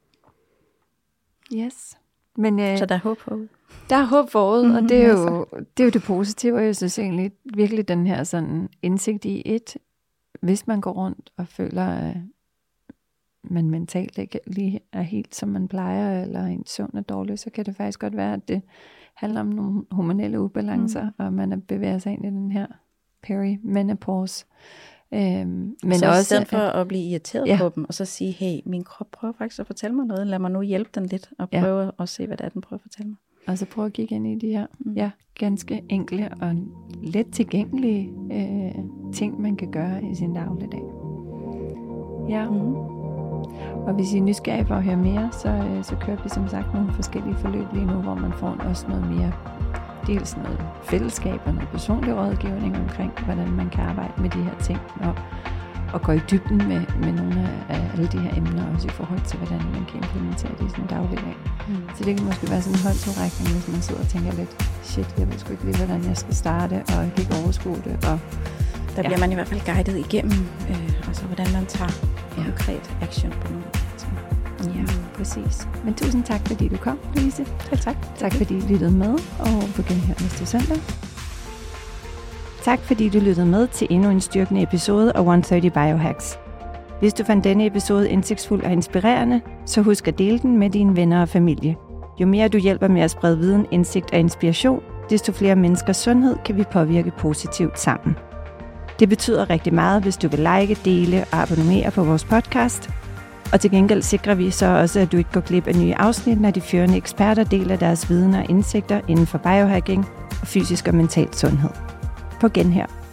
Yes. Men, øh, så der er håb forude. Der er håb forude, mm-hmm, og det er, jo, det er jo det positive, og jeg synes egentlig virkelig den her sådan indsigt i et, hvis man går rundt og føler, at man mentalt ikke lige er helt som man plejer, eller en søvn er dårlig, så kan det faktisk godt være, at det handler om nogle hormonelle ubalancer, mm. og man bevæger sig ind i den her perimenopause. Øhm, men så også, i stedet for at blive irriteret ja. På dem, og så sige, hey, min krop prøver faktisk at fortælle mig noget, lad mig nu hjælpe den lidt, og prøve ja. At se, hvad det er, den prøver at fortælle mig. Og så prøve at kigge ind i de her mm. ja, ganske enkle og let tilgængelige øh, ting, man kan gøre i sin dagligdag. Ja. Mm. Og hvis I er nysgerrige for at høre mere, så, øh, så kører vi som sagt nogle forskellige forløb lige nu, hvor man får også noget mere, dels noget fællesskab og noget personlig rådgivning omkring, hvordan man kan arbejde med de her ting, og, og gå i dybden med, med nogle af alle de her emner, også i forhold til, hvordan man kan implementere det i sin dagligdag. Mm. Så det kan måske være sådan en håndsudrækning, hvis man sidder og tænker lidt, shit, jeg ved sgu ikke lige, hvordan jeg skal starte, og jeg kan ikke overskue det. Og, der bliver ja. Man i hvert fald guidet igennem, øh, altså hvordan man tager ja. Konkret action på nogle af de her ting. Ja, præcis. Men tusind tak, fordi du kom, Louise. Selv tak. Tak, fordi I lyttede med, og på genhør næste søndag. Tak, fordi du lyttede med til endnu en styrkende episode af et hundrede og tredive Biohacks. Hvis du fandt denne episode indsigtsfuld og inspirerende, så husk at dele den med dine venner og familie. Jo mere du hjælper med at sprede viden, indsigt og inspiration, desto flere menneskers sundhed kan vi påvirke positivt sammen. Det betyder rigtig meget, hvis du vil like, dele og abonnere på vores podcast. Og til gengæld sikrer vi så også, at du ikke går glip af nye afsnit, når de førende eksperter deler deres viden og indsigter inden for biohacking og fysisk og mental sundhed. På genhør.